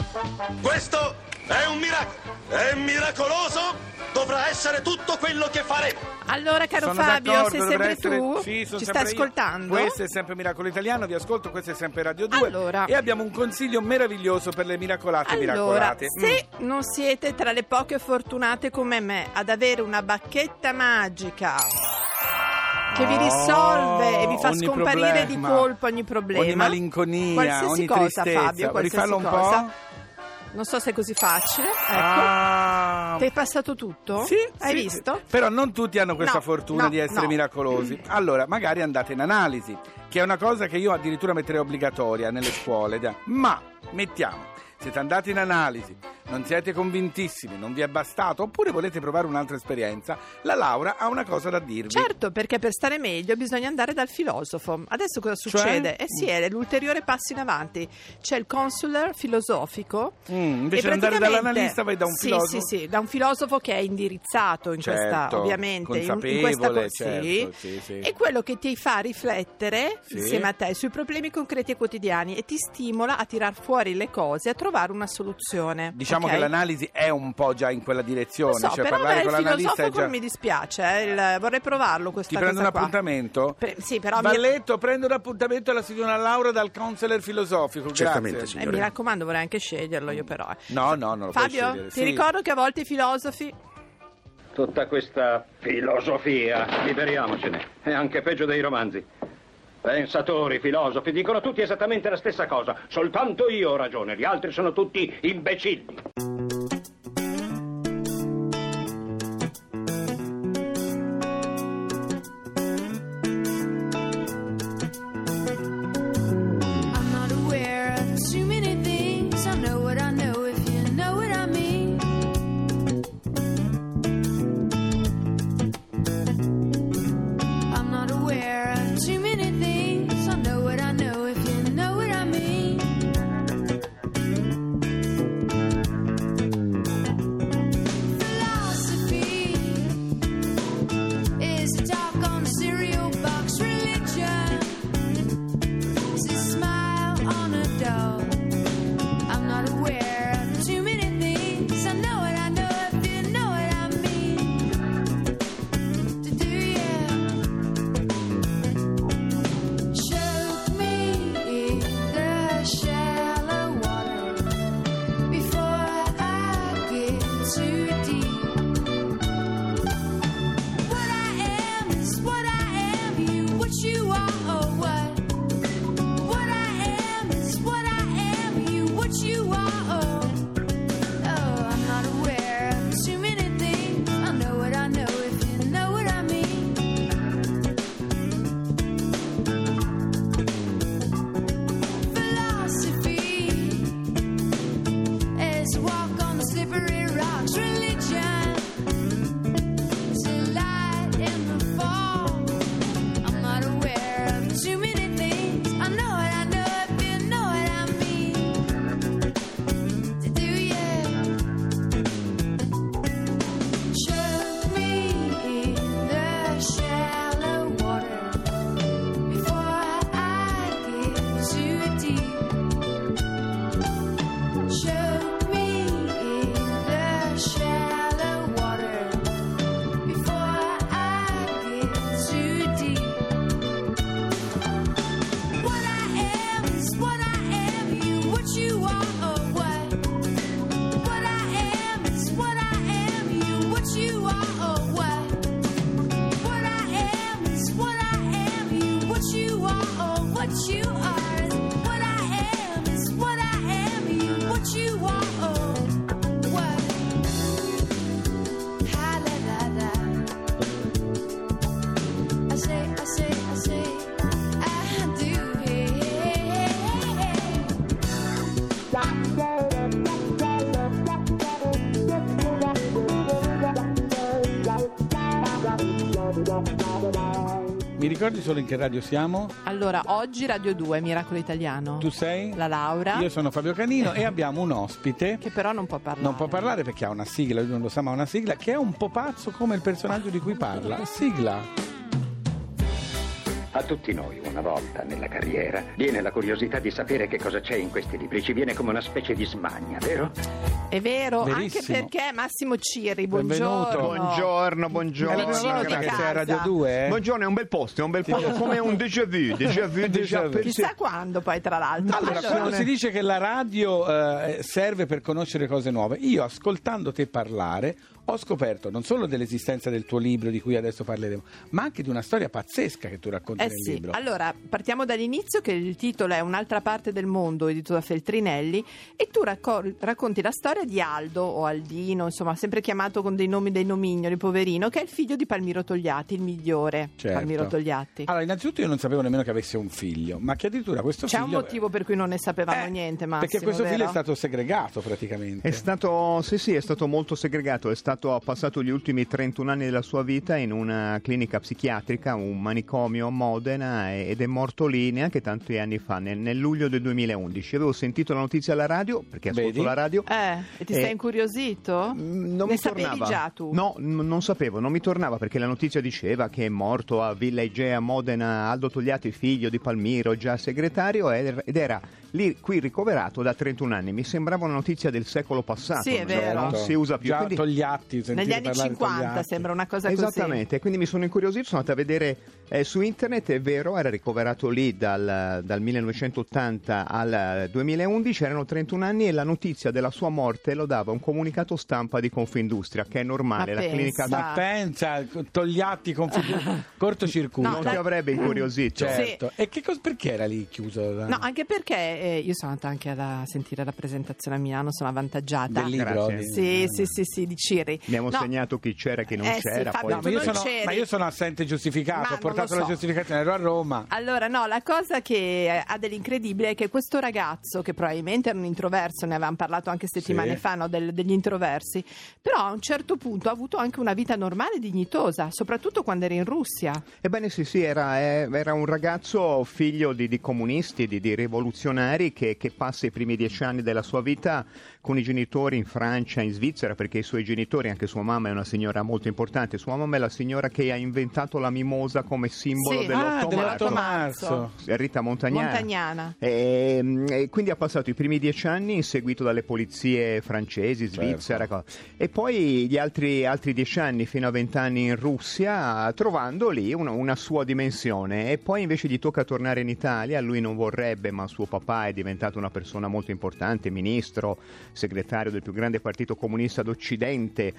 Questo è un miracolo. È miracoloso. Dovrà essere tutto quello che faremo. Allora, caro Sono Fabio, d'accordo, sei dovrà sempre essere... tu? Sì, sono Ci sempre stai io. ascoltando? Questo è sempre Miracolo Italiano, vi ascolto, questo è sempre Radio 2. Allora. E abbiamo un consiglio meraviglioso per le miracolate Allora, miracolate. se non siete tra le poche fortunate come me ad avere una bacchetta magica che vi risolve e vi fa ogni scomparire problema, di colpo ogni problema, ogni malinconia, qualsiasi ogni cosa, tristezza. Fabio, qualsiasi Rifallo un cosa. po'. Non so se è così facile. Ecco. Ah. Ti è passato tutto? Sì, Hai sì, visto? sì. Però non tutti hanno questa No, fortuna no, di essere no. miracolosi. Allora, magari andate in analisi, che è una cosa che io addirittura metterei obbligatoria nelle scuole. Ma, mettiamo, siete andati in analisi, non siete convintissimi, non vi è bastato, oppure volete provare un'altra esperienza, la Laura ha una cosa da dirvi. Certo, perché per stare meglio bisogna andare dal filosofo. Adesso cosa succede? Sì, è l'ulteriore passo in avanti. C'è il counselor filosofico. Invece di andare dall'analista vai da un filosofo. Sì, da un filosofo che è indirizzato in questa, ovviamente, in questa cosa. Certo, sì. È quello che ti fa riflettere Sì. insieme a te sui problemi concreti e quotidiani e ti stimola a tirar fuori le cose e a trovare una soluzione. Diciamo ok? che l'analisi è un po' già in quella direzione, Lo so, cioè però parlare il con l'analista filosofo è già... non mi dispiace, vorrei provarlo questa Ti prendo un cosa qua. appuntamento? Sì, però Valletto, prendo un appuntamento alla signora Laura dal counselor filosofico. Certamente, Grazie. signora. mi raccomando, vorrei anche sceglierlo io però. No, non lo puoi Fabio, scegliere. ti Sì. ricordo che a volte i filosofi... Tutta questa filosofia, liberiamocene, è anche peggio dei romanzi. Pensatori, filosofi, dicono tutti esattamente la stessa cosa. Soltanto io ho ragione, gli altri sono tutti imbecilli. I'm not aware of too many things. I know what I know, if you know what I mean. I'm not aware of too many things. I know what I know, if you know what I mean. Philosophy is a talk on a cereal box. Religion is a smile on a doll. I'm not aware of too many things. I know what I know, if you know what I mean. To do you choke me in the shallow water before I get too deep. What I am is what I am. You what you are or what? What I am is what I am. You what you are or oh, I'm not aware of too many things. I know what I know, if you know what I mean. Philosophy is a walk on the slippery rocks. Religion is a light in the fall. I'm not aware of too many things. I know what I know, if you know what I mean. Do you choke me in the shallow water before I get too deep? Choke me in the shallow water before I get too deep. What I am is what I am. You what you are or what? What I am is what I am. You what you are or what? What I am is what I am. You what you are or what you are. What I am is what I am. You what you are or what? Ha la la la. I say, I do. Hey, hey, hey, Mi ricordi solo in che radio siamo? Allora, oggi Radio 2, Miracolo Italiano. Tu sei? La Laura. Io sono Fabio Canino e abbiamo un ospite Che però non può parlare. non può parlare perché ha una sigla, lui non lo sa, ma ha una sigla che è un po' pazzo come il personaggio di cui parla. Sigla. A tutti noi, una volta nella carriera, viene la curiosità di sapere che cosa c'è in questi libri. Ci viene come una specie di smania, vero? È vero, Verissimo. anche perché Massimo Ciri, Benvenuto. buongiorno. Buongiorno. È la prima vicino volta di che sei a casa. Radio 2, eh? Buongiorno, è un bel posto, come un déjà vu, déjà vu. Chissà quando poi, tra l'altro. Allora, quando si dice che la radio serve per conoscere cose nuove, io ascoltando te parlare ho scoperto non solo dell'esistenza del tuo libro di cui adesso parleremo, ma anche di una storia pazzesca che tu racconti nel Sì, libro. allora partiamo dall'inizio, che il titolo è Un'altra parte del mondo, edito da Feltrinelli, e tu racconti la storia di Aldo o Aldino, insomma sempre chiamato con dei nomi, dei nomignoli, poverino, che è il figlio di Palmiro Togliatti, il migliore. Certo. Palmiro Togliatti. Allora, innanzitutto io non sapevo nemmeno che avesse un figlio, ma che addirittura questo C'è figlio... un motivo per cui non ne sapevamo niente, Massimo, perché questo figlio vero? è stato segregato praticamente. È stato, sì, è stato molto segregato, ha passato gli ultimi 31 anni della sua vita in una clinica psichiatrica, un manicomio a Modena, ed è morto lì neanche tanti anni fa, nel luglio del 2011. Avevo sentito la notizia alla radio, perché ascolto Vedi? la radio. E ti sei incuriosito? Non ne mi sapevi tornava. già tu? No, non sapevo, non mi tornava, perché la notizia diceva che è morto a Villa Igea, Modena, Aldo Togliatti, figlio di Palmiro, già segretario, ed era qui ricoverato da 31 anni. Mi sembrava una notizia del secolo passato. Sì, è vero. Non si usa più. Già Quindi- Togliatti, sentire Negli anni parlare di 50 Togliatti. sembra una cosa così. Esattamente, quindi mi sono incuriosito, sono andato a vedere su internet, è vero, era ricoverato lì dal 1980 al 2011, erano 31 anni, e la notizia della sua morte lo dava un comunicato stampa di Confindustria, che è normale, Ma la clinica pensa. Ma pensa, Togliatti con cortocircuito. No, non ti avrebbe incuriosito. Certo. E perché era lì chiuso? No, anche perché io sono andata anche a sentire la presentazione a Milano, sono avvantaggiata. Del libro? Grazie. Sì, di Ciri. Abbiamo No, segnato chi c'era e chi non sì, c'era. Fabio, poi... No, tu non c'eri. ma io sono assente giustificato, Ma ho non portato lo la so. giustificazione, ero a Roma. Allora, no, la cosa che ha dell'incredibile è che questo ragazzo, che probabilmente era un introverso, ne avevamo parlato anche settimane Sì. fa, no, degli introversi, però a un certo punto ha avuto anche una vita normale e dignitosa, soprattutto quando era in Russia. Ebbene sì, era un ragazzo figlio di comunisti, di rivoluzionari, che passa i primi 10 anni della sua vita con i genitori in Francia, in Svizzera, perché i suoi genitori, anche sua mamma è una signora molto importante, sua mamma è la signora che ha inventato la mimosa come simbolo Sì. dell'8 dell'8 marzo. marzo. Rita Montagnana. Montagnana. E quindi ha passato i primi 10 anni inseguito dalle polizie francesi, Svizzera, e poi gli altri 10 anni fino a 20 anni in Russia, trovando lì una sua dimensione. E poi invece gli tocca tornare in Italia, lui non vorrebbe, ma suo papà è diventato una persona molto importante, ministro, segretario del più grande partito comunista d'Occidente,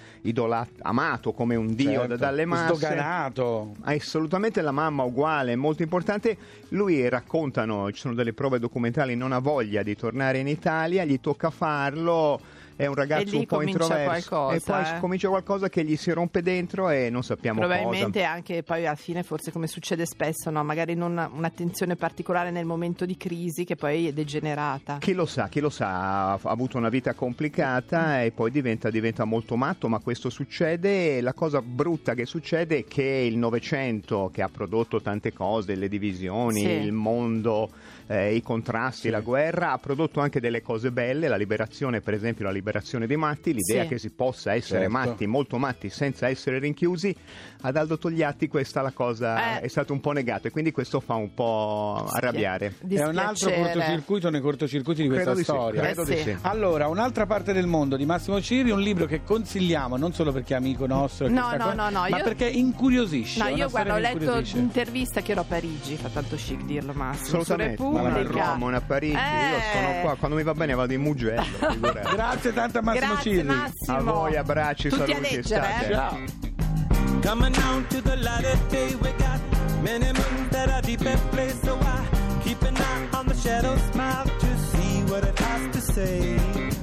amato come un dio Certo. dalle masse. Sdoganato. Assolutamente, la mamma uguale, molto importante. Lui, raccontano, ci sono delle prove documentali, non ha voglia di tornare in Italia, gli tocca farlo. È un ragazzo E lì un po' comincia introverso, qualcosa, e poi eh. comincia qualcosa che gli si rompe dentro e non sappiamo Probabilmente cosa. anche poi alla fine, forse come succede spesso, no? Magari non un'attenzione particolare nel momento di crisi che poi è degenerata. Chi lo sa, ha avuto una vita complicata e poi diventa molto matto, ma questo succede. La cosa brutta che succede è che il Novecento, che ha prodotto tante cose, le divisioni, Sì. il mondo, i contrasti, la guerra, ha prodotto anche delle cose belle, la liberazione, per esempio la liberazione dei matti, l'idea Sì. che si possa essere Certo. matti, molto matti, senza essere rinchiusi. Ad Aldo Togliatti questa la cosa è stata un po' negata, e quindi questo fa un po' arrabbiare. È un altro Dispiacere. cortocircuito nei cortocircuiti di questa Credo di sì, storia. credo di sì. sì. Allora, un'altra parte del mondo di Massimo Ciri, un libro che consigliamo non solo perché è amico nostro, e No, questa no, cosa, no, ma io- perché incuriosisce. No, è una io storia guarda, ho che letto incuriosisce. un'intervista che ero a Parigi, fa tanto chic dirlo, Massimo, su Assolutamente, ma a Repubblica. Roma, a Parigi, io sono qua, quando mi va bene vado in Mugello. figurati. Grazie tanto a Massimo Grazie Ciri. Massimo. A voi, abbracci, Tutti a saluti, leggere, state. Ciao. Coming down to the light of day, we got many moons that are deep at play. So I keep an eye on the shadow, smile to see what it has to say.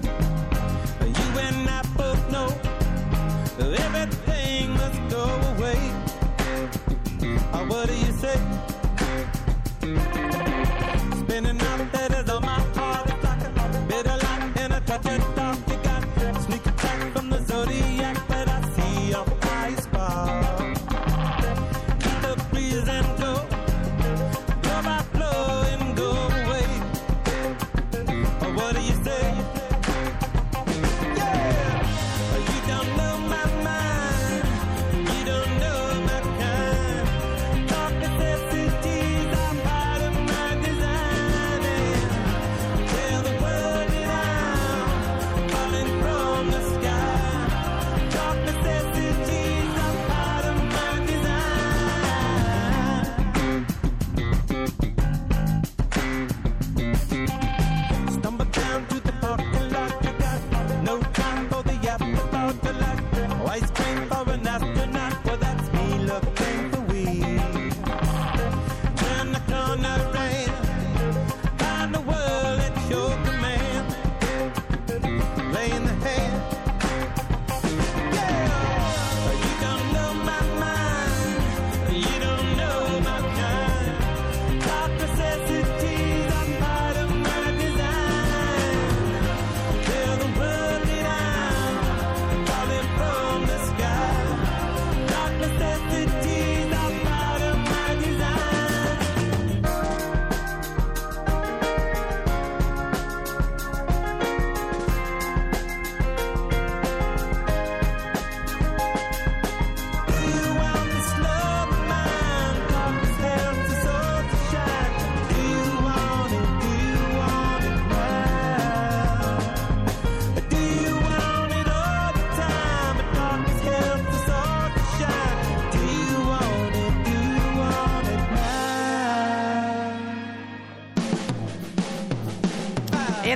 You and I both know everything must go away. Oh, what do you say? Spinning out letters on my heart, it's like a bitter light and a touch of dark. You got sneak attack from the zodiac, but I see your eyes fall. Keep the breeze and go, blow by blow and go away. Oh, what do you say? Yeah, you don't know my mind, you don't know my kind. Talk necessity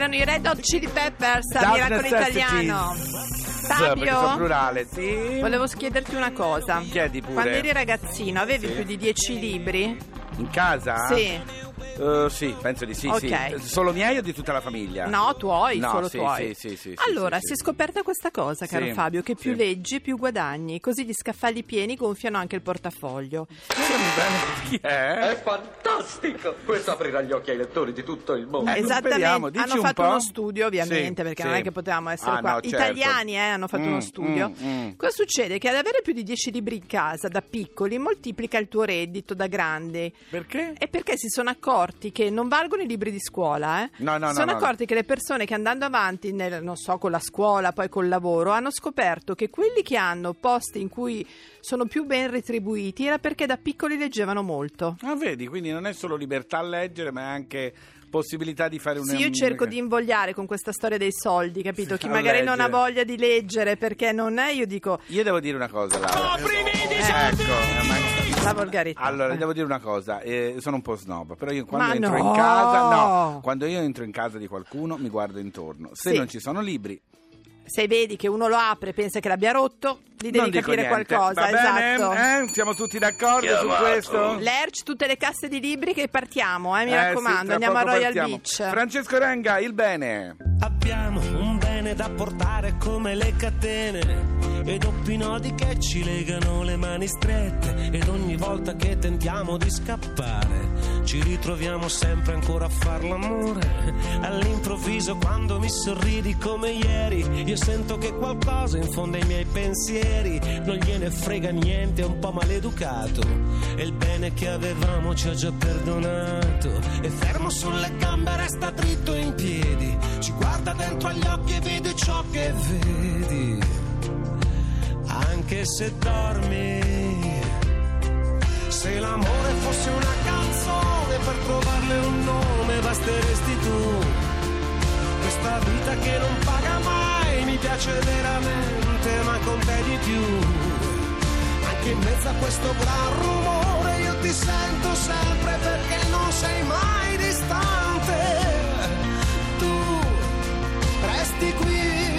Erano i Red Hot Chili Peppers a Dark Miracolo Necessities. Italiano. Perché sono Fabio, plurale, sì. volevo chiederti una cosa. Chiedi pure. Quando eri ragazzino avevi Sì. più di 10 libri? In casa? Sì. Sì, penso di sì, Ok. sì. Solo miei o di tutta la famiglia? No, tuoi, No, solo sì, tuoi. sì, Allora, sì, si è scoperta questa cosa, caro Sì, Fabio, che più sì. leggi più guadagni, così gli scaffali pieni gonfiano anche il portafoglio. Scusami bene, chi è? È fantastico! Questo aprirà gli occhi ai lettori di tutto il mondo. Esattamente, speriamo, dici hanno un fatto po'. uno studio ovviamente, Sì, perché sì. non è che potevamo essere qua. No, certo. Italiani hanno fatto uno studio. Cosa succede? Che ad avere più di 10 libri in casa da piccoli moltiplica il tuo reddito da grande. Perché? E perché si sono accorti che non valgono i libri di scuola, eh? No, Si sono no. accorti che le persone che andando avanti, non so, con la scuola, poi col lavoro, hanno scoperto che quelli che hanno posti in cui sono più ben retribuiti era perché da piccoli leggevano molto. Ah, vedi, quindi non è solo libertà a leggere, ma è anche possibilità di fare Sì, io cerco di invogliare con questa storia dei soldi, capito? Chi A magari non ha leggere. voglia di leggere perché non è, io dico Io devo dire una cosa, Laura. la volgarità. Allora, devo dire una cosa, sono un po' snob, però io quando Ma entro no! in casa, no, quando io entro in casa di qualcuno mi guardo intorno. Se Sì. non ci sono libri, Se vedi che uno lo apre e pensa che l'abbia rotto, gli devi non dico capire niente. qualcosa, Va bene? esatto. Siamo tutti d'accordo su questo? Lerch, tutte le casse di libri che partiamo, mi Sì, raccomando, tra andiamo a poco Royal partiamo. Beach. Francesco Renga, il bene. Abbiamo un bene da portare come le catene e doppi nodi che ci legano le mani strette, ed ogni volta che tentiamo di scappare ci ritroviamo sempre ancora a far l'amore. All'improvviso quando mi sorridi come ieri io sento che qualcosa infonde i miei pensieri. Non gliene frega niente, è un po' maleducato e il bene che avevamo ci ha già perdonato. E fermo sulle gambe resta dritto in piedi, ci guarda dentro agli occhi e vede ciò che vedi, anche se dormi. Se l'amore fosse una canzone, per trovarle un nome basteresti tu. Questa vita che non paga mai mi piace veramente, ma con te di più. Anche in mezzo a questo gran rumore io ti sento sempre, perché non sei mai distante. Tu resti qui.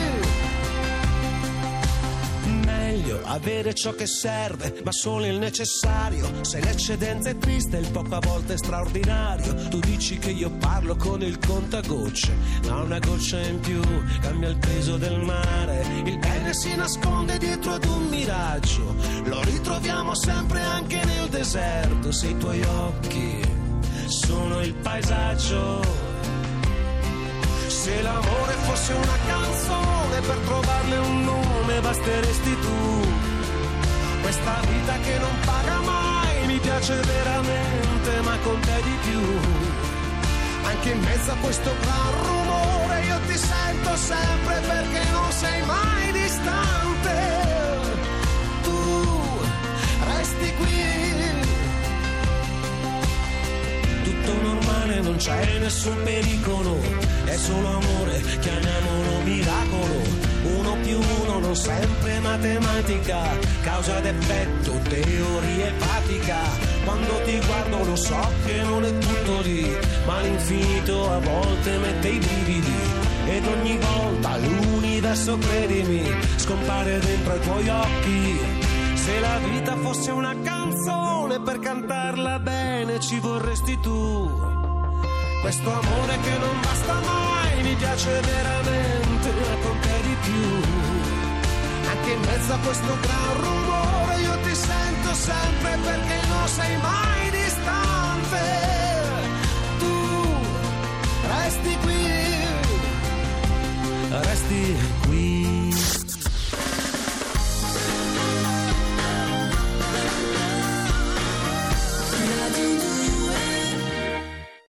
Meglio avere ciò che serve, ma solo il necessario. Se l'eccedenza è triste, il poco a volte è straordinario. Tu dici che io parlo con il contagocce, ma una goccia in più cambia il peso del mare. Il bene si nasconde dietro ad un miraggio, lo ritroviamo sempre anche nel deserto. Se i tuoi occhi sono il paesaggio. Se l'amore fosse una canzone, per trovarle un nome basteresti tu. Questa vita che non paga mai mi piace veramente, ma con te di più. Anche in mezzo a questo gran rumore io ti sento sempre, perché non sei mai distante. Tu resti qui. Tutto normale, non c'è nessun pericolo, è solo amore, chiamiamolo miracolo. 1 più 1 non sempre matematica, causa ed effetto, teoria epatica. Quando ti guardo lo so che non è tutto lì, ma l'infinito a volte mette i brividi. Ed ogni volta l'universo, credimi, scompare dentro ai tuoi occhi. Se la vita fosse una canzone, per cantarla bene ci vorresti tu. Questo amore che non basta mai mi piace veramente, ma con te di più. Anche in mezzo a questo gran rumore io ti sento sempre, perché non sei mai distante.